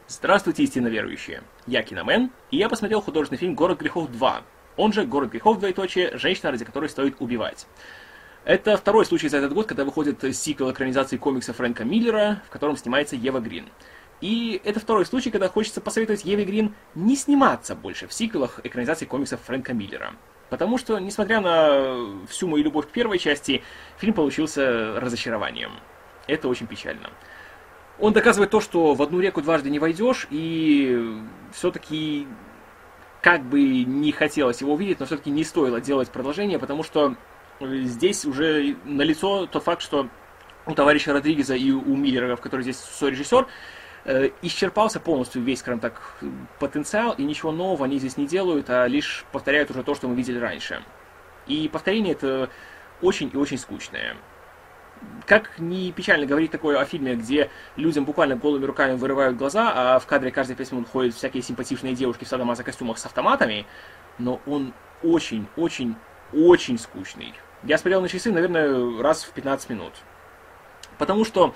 Здравствуйте, истинно верующие! Я Киномен, и я посмотрел художественный фильм «Город грехов 2», он же «Город грехов, двоеточие, женщина, ради которой стоит убивать». Это второй случай за этот год, когда выходит сиквел экранизации комикса Фрэнка Миллера, в котором снимается Ева Грин. И это второй случай, когда хочется посоветовать Еве Грин не сниматься больше в сиквелах экранизации комиксов Фрэнка Миллера. Потому что, несмотря на всю мою любовь к первой части, фильм получился разочарованием. Это очень печально. Он доказывает то, что в одну реку дважды не войдешь, и все-таки, как бы не хотелось его увидеть, но все-таки не стоило делать продолжение, потому что здесь уже налицо тот факт, что у товарища Родригеза и у Миллера, в который здесь сорежиссер, исчерпался полностью весь, скажем так, потенциал, и ничего нового они здесь не делают, а лишь повторяют уже то, что мы видели раньше. И повторение это очень и очень скучное. Как ни печально говорить такое о фильме, где людям буквально голыми руками вырывают глаза, а в кадре каждые 5 минут ходят всякие симпатичные девушки в садомазо костюмах с автоматами, но он очень скучный. Я смотрел на часы, наверное, раз в 15 минут. Потому что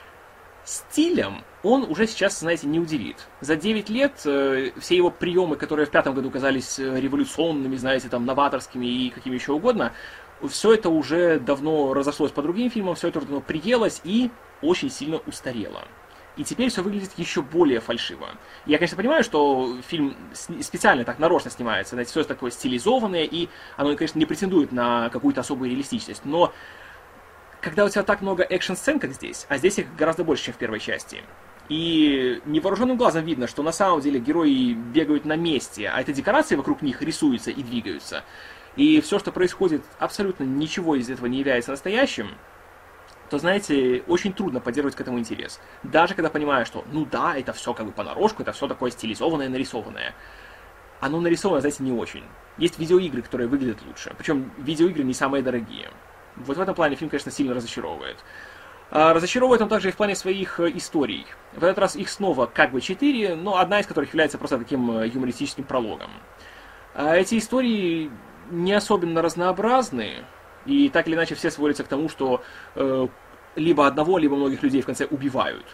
стилем он уже сейчас, знаете, не удивит. За 9 лет все его приемы, которые в пятом году казались революционными, знаете, там, новаторскими и какими еще угодно, все это уже давно разошлось по другим фильмам, все это уже давно приелось и очень сильно устарело. И теперь все выглядит еще более фальшиво. Я, конечно, понимаю, что фильм специально так нарочно снимается, знаете, все такое стилизованное, и оно, конечно, не претендует на какую-то особую реалистичность, но когда у тебя так много экшн-сцен, как здесь, а здесь их гораздо больше, чем в первой части, и невооруженным глазом видно, что на самом деле герои бегают на месте, а это декорации вокруг них рисуются и двигаются, и все, что происходит, абсолютно ничего из этого не является настоящим, то, знаете, очень трудно поддерживать к этому интерес. Даже когда понимаешь, что, ну да, это все как бы понарошку, это все такое стилизованное, нарисованное. Оно нарисовано, знаете, не очень. Есть видеоигры, которые выглядят лучше. Причем видеоигры не самые дорогие. Вот в этом плане фильм, конечно, сильно разочаровывает. Разочаровывает он также и в плане своих историй. В этот раз их снова как бы 4, но одна из которых является просто таким юмористическим прологом. Эти истории не особенно разнообразны, и так или иначе все сводятся к тому, что либо одного, либо многих людей в конце убивают.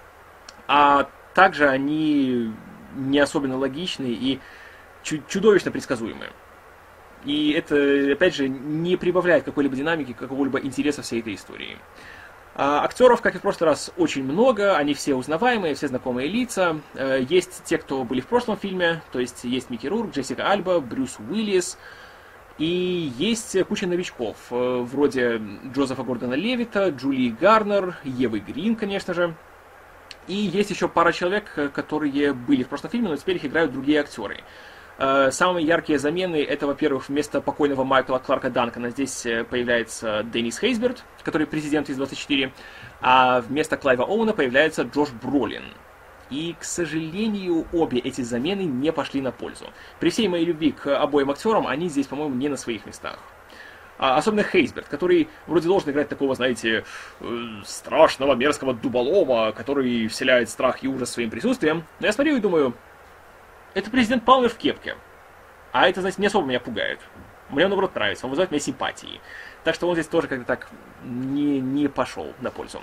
А также они не особенно логичны и чудовищно предсказуемы. И это, опять же, не прибавляет какой-либо динамики, какого-либо интереса всей этой истории. Актеров, как и в прошлый раз, очень много, они все узнаваемые, все знакомые лица. Есть те, кто были в прошлом фильме, то есть Микки Рурк, Джессика Альба, Брюс Уиллис. И есть куча новичков, вроде Джозефа Гордона-Левита, Джулии Гарнер, Евы Грин, конечно же. И есть еще пара человек, которые были в прошлом фильме, но теперь их играют другие актеры. Самые яркие замены это, во-первых, вместо покойного Майкла Кларка Данкана здесь появляется Деннис Хейсберт, который президент из 24, а вместо Клайва Оуэна появляется Джош Бролин. И, к сожалению, обе эти замены не пошли на пользу. При всей моей любви к обоим актерам, они здесь, по-моему, не на своих местах. Особенно Хейсберт, который вроде должен играть такого, знаете, страшного, мерзкого дуболома, который вселяет страх и ужас своим присутствием. Но я смотрю и думаю, это президент Палмер в кепке. А это, знаете, не особо меня пугает. Мне он, наоборот, нравится, он вызывает меня симпатии. Так что он здесь тоже как-то так не пошел на пользу.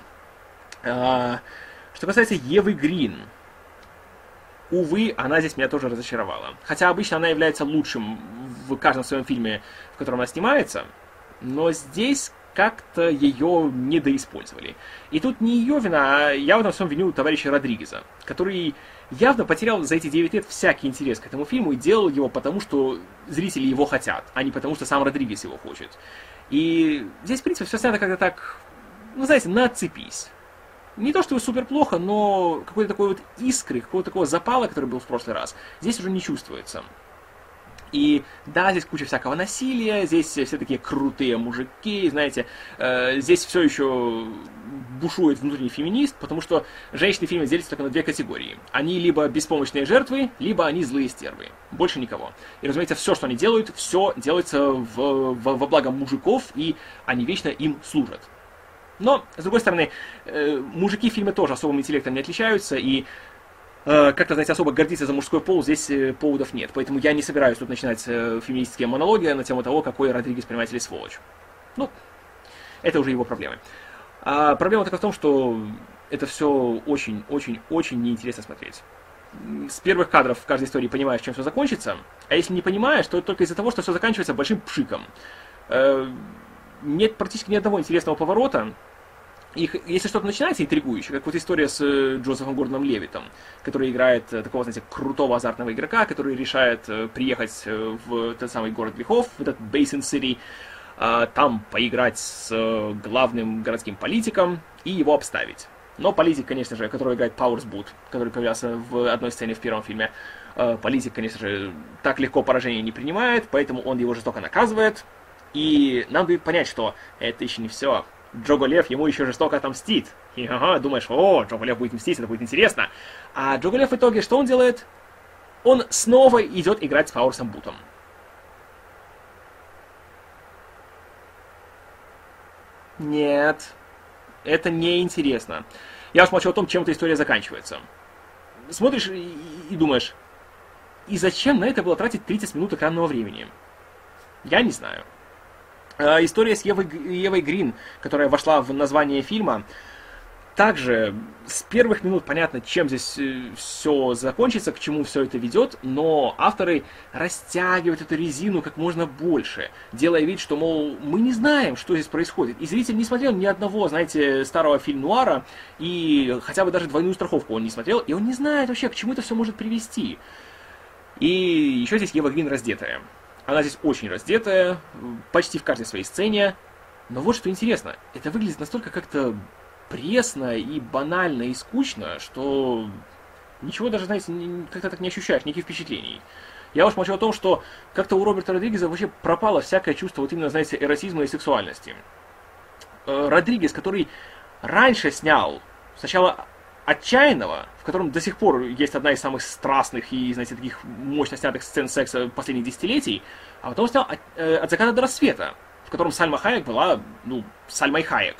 Что касается Евы Грин, увы, она здесь меня тоже разочаровала. Хотя обычно она является лучшим в каждом своем фильме, в котором она снимается, но здесь как-то ее недоиспользовали. И тут не ее вина, а я в этом всем виню товарища Родригеза, который явно потерял за эти 9 лет всякий интерес к этому фильму и делал его потому, что зрители его хотят, а не потому, что сам Родригез его хочет. И здесь, в принципе, все снято как-то так, ну, знаете, на отцепись. Не то, что супер плохо, но какой-то такой вот искры, какого-то такого запала, который был в прошлый раз, здесь уже не чувствуется. И да, здесь куча всякого насилия, здесь все такие крутые мужики, знаете, здесь все еще бушует внутренний феминист, потому что женщины в фильме делятся только на две категории. Они либо беспомощные жертвы, либо они злые стервы. Больше никого. И, разумеется, все, что они делают, все делается во благо мужиков, и они вечно им служат. Но, с другой стороны, мужики в фильме тоже особым интеллектом не отличаются, и как-то, знаете, особо гордиться за мужской пол здесь поводов нет. Поэтому я не собираюсь тут начинать феминистские монологи на тему того, какой Родригес понимаете ли сволочь. Ну, это уже его проблемы. А проблема только в том, что это все очень неинтересно смотреть. с первых кадров в каждой истории понимаешь, чем все закончится, а если не понимаешь, то это только из-за того, что все заканчивается большим пшиком. Нет практически ни одного интересного поворота. И если что-то начинается интригующе, как вот история с Джозефом Гордоном Левиттом, который играет такого, знаете, крутого азартного игрока, который решает приехать в тот самый город грехов, в этот Basin City, там поиграть с главным городским политиком и его обставить. Но политик, конечно же, который играет Пауэрс Бут, который появлялся в одной сцене в первом фильме, политик, конечно же, так легко поражение не принимает, поэтому он его жестоко наказывает. И нам дают понять, что это еще не все. Джого Лев ему еще жестоко отомстит. И думаешь, Джого Лев будет мстить, это будет интересно. А Джого Лев в итоге что он делает? Он снова идет играть с Пауэрсом Бутом. Нет, это неинтересно. Я уж молчу о том, чем эта история заканчивается. Смотришь и думаешь, и зачем на это было тратить 30 минут экранного времени? Я не знаю. История с Евой Грин, которая вошла в название фильма, также с первых минут понятно, чем здесь все закончится, к чему все это ведет, но авторы растягивают эту резину как можно больше, делая вид, что, мол, мы не знаем, что здесь происходит. И зритель не смотрел ни одного, знаете, старого фильм-нуара, и хотя бы даже двойную страховку он не смотрел, и он не знает вообще, к чему это все может привести. И еще здесь Ева Грин раздетая. Она здесь очень раздетая, почти в каждой своей сцене. Но вот что интересно, это выглядит настолько как-то пресно и банально и скучно, что ничего даже, знаете, как-то так не ощущаешь, никаких впечатлений. Я уж молчу о том, что как-то у Роберта Родригеса вообще пропало всякое чувство вот именно, знаете, эротизма и сексуальности. Родригес, который раньше снял сначала «Отчаянного», в котором до сих пор есть одна из самых страстных и, знаете, таких мощно снятых сцен секса последних десятилетий, а потом снял «От заката до рассвета», в котором Сальма Хайек была, Сальмой Хайек.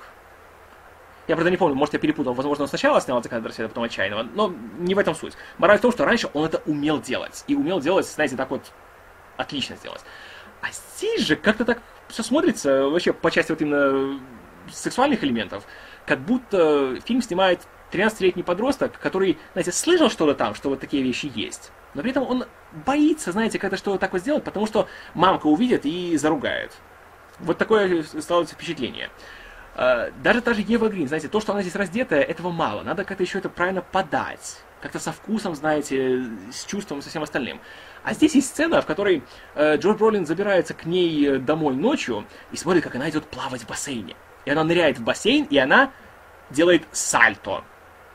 Я, правда, не помню, может, я перепутал. Возможно, он сначала снял «От заката до рассвета», потом «Отчаянного», но не в этом суть. Мораль в том, что раньше он это умел делать. И умел делать, знаете, так вот отлично сделать. А здесь же как-то так все смотрится, вообще, по части вот именно сексуальных элементов, как будто фильм снимает 13-летний подросток, который, знаете, слышал что-то там, что вот такие вещи есть. Но при этом он боится, знаете, как-то что-то так вот сделать, потому что мамка увидит и заругает. Вот такое складывается впечатление. Даже та же Ева Грин, знаете, то, что она здесь раздетая, этого мало. Надо как-то еще это правильно подать. Как-то со вкусом, знаете, с чувством и со всем остальным. А здесь есть сцена, в которой Джош Бролин забирается к ней домой ночью и смотрит, как она идет плавать в бассейне. И она ныряет в бассейн, и она делает сальто.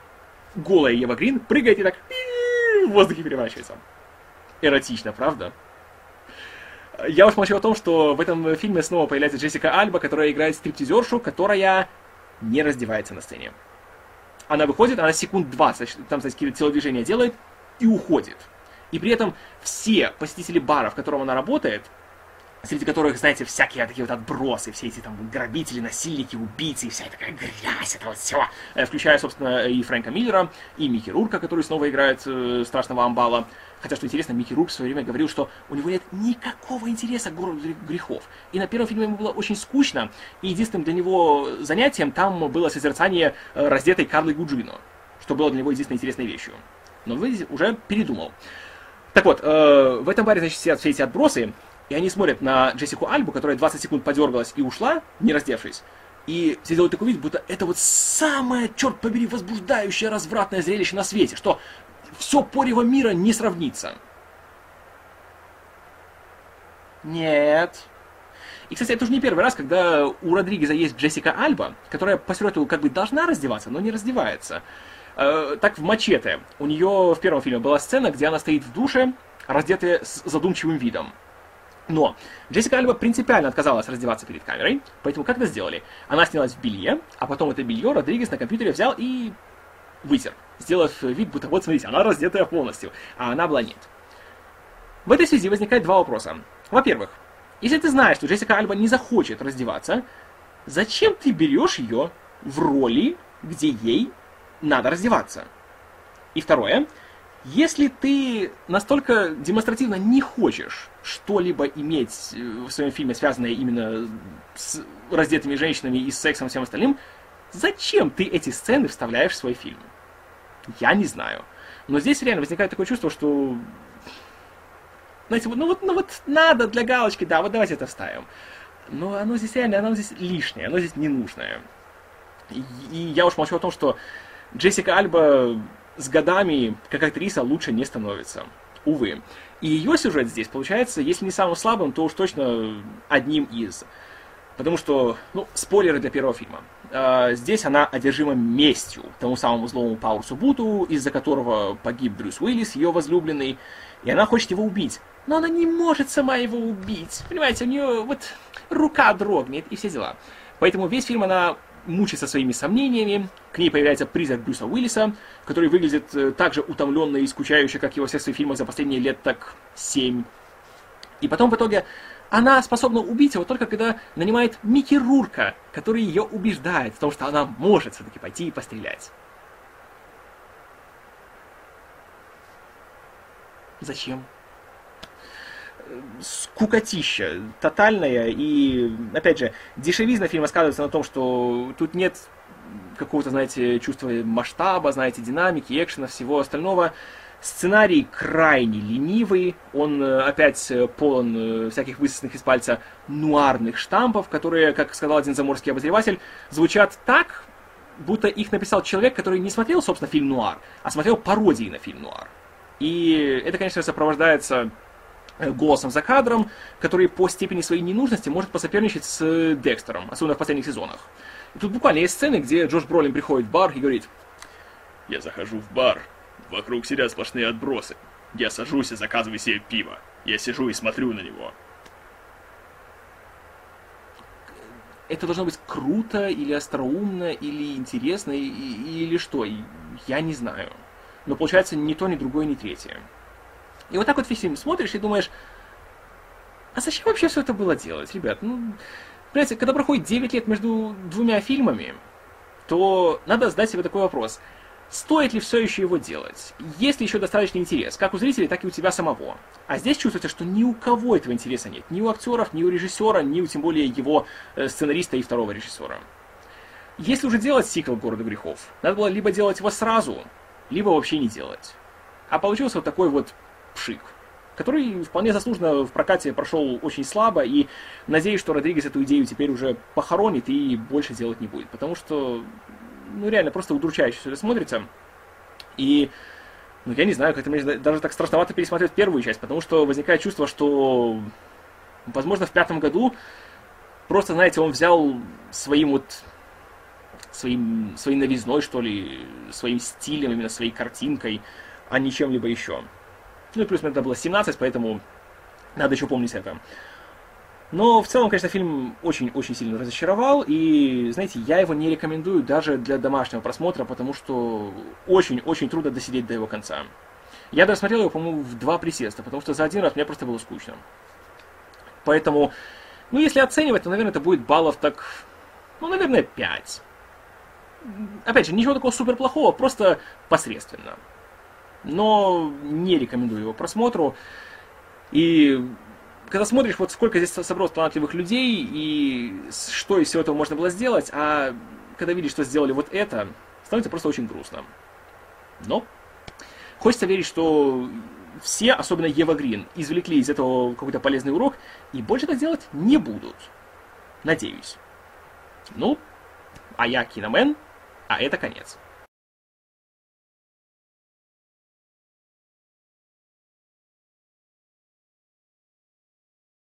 Голая Ева Грин прыгает и так в воздухе переворачивается. Эротично, правда? Я уж молчу о том, что в этом фильме снова появляется Джессика Альба, которая играет стриптизершу, которая не раздевается на сцене. Она выходит, она секунд 20, там, знаете, какие-то телодвижения делает и уходит. И при этом все посетители бара, в котором она работает, среди которых, знаете, всякие такие вот отбросы, все эти там грабители, насильники, убийцы, и вся такая грязь, это вот все, включая, собственно, и Фрэнка Миллера, и Микки Рурка, который снова играет страшного амбала. Хотя, что интересно, Микки Рурк в свое время говорил, что у него нет никакого интереса к городу грехов. И на первом фильме ему было очень скучно, и единственным для него занятием там было созерцание раздетой Карлы Гуджино, что было для него единственной интересной вещью. Но вы уже передумал. Так вот, в этом баре, значит, сидят все эти отбросы, и они смотрят на Джессику Альбу, которая 20 секунд подергалась и ушла, не раздевшись. И все делают такой вид, будто это вот самое, черт побери, возбуждающее, развратное зрелище на свете, что все порево мира не сравнится. Нет. И, кстати, это уже не первый раз, когда у Родригеса есть Джессика Альба, которая по сюжету как бы должна раздеваться, но не раздевается. Так в «Мачете» у нее в первом фильме была сцена, где она стоит в душе, раздетая с задумчивым видом. Но Джессика Альба принципиально отказалась раздеваться перед камерой, поэтому как это сделали? Она снялась в белье, а потом это белье Родригес на компьютере взял и вытер, сделав вид, будто вот смотрите, она раздетая полностью, а она была нет. В этой связи возникает два вопроса. Во-первых, если ты знаешь, что Джессика Альба не захочет раздеваться, зачем ты берешь ее в роли, где ей надо раздеваться? И второе, если ты настолько демонстративно не хочешь что-либо иметь в своем фильме, связанное именно с раздетыми женщинами и с сексом и всем остальным, зачем ты эти сцены вставляешь в свой фильм? Я не знаю. Но здесь реально возникает такое чувство, что, знаете, ну вот надо для галочки, да, вот давайте это вставим. Но оно здесь реально, оно здесь лишнее, оно здесь ненужное. И я уж молчу о том, что Джессика Альба с годами как актриса лучше не становится. Увы. И ее сюжет здесь получается, если не самым слабым, то уж точно одним из. Потому что, ну, спойлеры для первого фильма. Здесь она одержима местью тому самому злому Паурсу Буту, из-за которого погиб Брюс Уиллис, ее возлюбленный. И она хочет его убить. Но она не может сама его убить. Понимаете, у нее вот рука дрогнет и все дела. Поэтому весь фильм она мучается своими сомнениями. К ней появляется призрак Брюса Уиллиса, который выглядит так же утомленно и скучающе, как и во всех своих фильмах за последние лет так 7. И потом в итоге она способна убить его только когда нанимает Микки Рурка, который ее убеждает в том, что она может все-таки пойти и пострелять. Зачем? Скукотища тотальная, и, опять же, дешевизна фильма сказывается на том, что тут нет какого-то, знаете, чувства масштаба, знаете, динамики, экшена, всего остального. Сценарий крайне ленивый, он опять полон всяких высосанных из пальца нуарных штампов, которые, как сказал один заморский обозреватель, звучат так, будто их написал человек, который не смотрел, собственно, фильм «Нуар», а смотрел пародии на фильм «Нуар». И это, конечно, сопровождается голосом за кадром, который по степени своей ненужности может посоперничать с Декстером, особенно в последних сезонах. И тут буквально есть сцены, где Джош Бролин приходит в бар и говорит: «Я захожу в бар, вокруг сидят сплошные отбросы. Я сажусь и заказываю себе пиво. Я сижу и смотрю на него». Это должно быть круто, или остроумно, или интересно, или что, я не знаю. Но получается ни то, ни другое, ни третье. И вот так вот весь фильм смотришь и думаешь, а зачем вообще все это было делать, ребят? Ну, понимаете, когда проходит 9 лет между двумя фильмами, то надо задать себе такой вопрос. Стоит ли все еще его делать? Есть ли еще достаточный интерес, как у зрителей, так и у тебя самого? А здесь чувствуется, что ни у кого этого интереса нет. Ни у актеров, ни у режиссера, ни у, тем более, его сценариста и второго режиссера. Если уже делать сиквел «Города грехов», надо было либо делать его сразу, либо вообще не делать. А получился вот такой вот пшик, который вполне заслуженно в прокате прошел очень слабо, и надеюсь, что Родригес эту идею теперь уже похоронит и больше делать не будет, потому что, ну, реально, просто удручающе все это смотрится, и, ну, я не знаю, как-то мне даже так страшновато пересматривать первую часть, потому что возникает чувство, что, возможно, в 5-м году просто, знаете, он взял своей новизной, что ли, своим стилем, именно своей картинкой, а не чем-либо еще. Ну и плюс мне тогда было 17, поэтому надо еще помнить это. Но в целом, конечно, фильм очень-очень сильно разочаровал, и, знаете, я его не рекомендую даже для домашнего просмотра, потому что очень-очень трудно досидеть до его конца. Я досмотрел его, по-моему, в 2 присеста, потому что за один раз мне просто было скучно. Поэтому, ну, если оценивать, то, наверное, это будет баллов так, ну, наверное, 5. Опять же, ничего такого супер плохого, просто посредственно. Но не рекомендую его к просмотру. И когда смотришь, вот сколько здесь собралось талантливых людей, и что из всего этого можно было сделать, а когда видишь, что сделали вот это, становится просто очень грустно. Но хочется верить, что все, особенно Ева Грин, извлекли из этого какой-то полезный урок, и больше так делать не будут. Надеюсь. Ну, а я Киномен, а это конец.